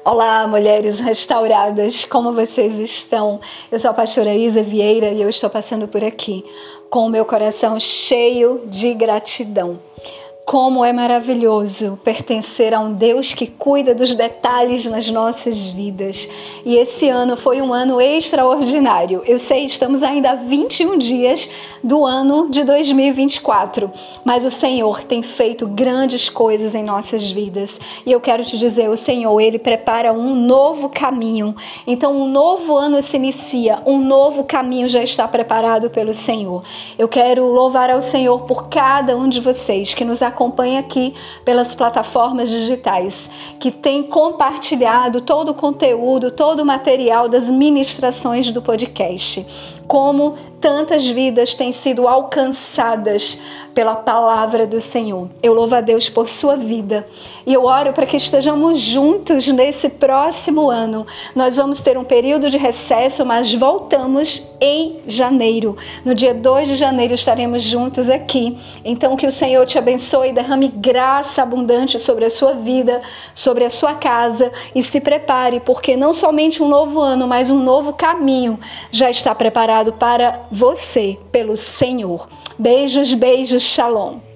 Olá, mulheres restauradas, como vocês estão? Eu sou a pastora Isa Vieira e eu estou passando por aqui com o meu coração cheio de gratidão. Como é maravilhoso pertencer a um Deus que cuida dos detalhes nas nossas vidas. E esse ano foi um ano extraordinário. Eu sei, estamos ainda a 21 dias do ano de 2024, mas o Senhor tem feito grandes coisas em nossas vidas. E eu quero te dizer, o Senhor, Ele prepara um novo caminho. Então, um novo ano se inicia, um novo caminho já está preparado pelo Senhor. Eu quero louvar ao Senhor por cada um de vocês que nos acompanha aqui pelas plataformas digitais, que tem compartilhado todo o conteúdo, todo o material das ministrações do podcast. Como tantas vidas têm sido alcançadas pela palavra do Senhor. Eu louvo a Deus por sua vida e eu oro para que estejamos juntos nesse próximo ano. Nós vamos ter um período de recesso, mas voltamos em janeiro. No dia 2 de janeiro estaremos juntos aqui. Então que o Senhor te abençoe e derrame graça abundante sobre a sua vida, sobre a sua casa e se prepare, porque não somente um novo ano, mas um novo caminho já está preparado para você pelo Senhor. Beijos, beijos, shalom.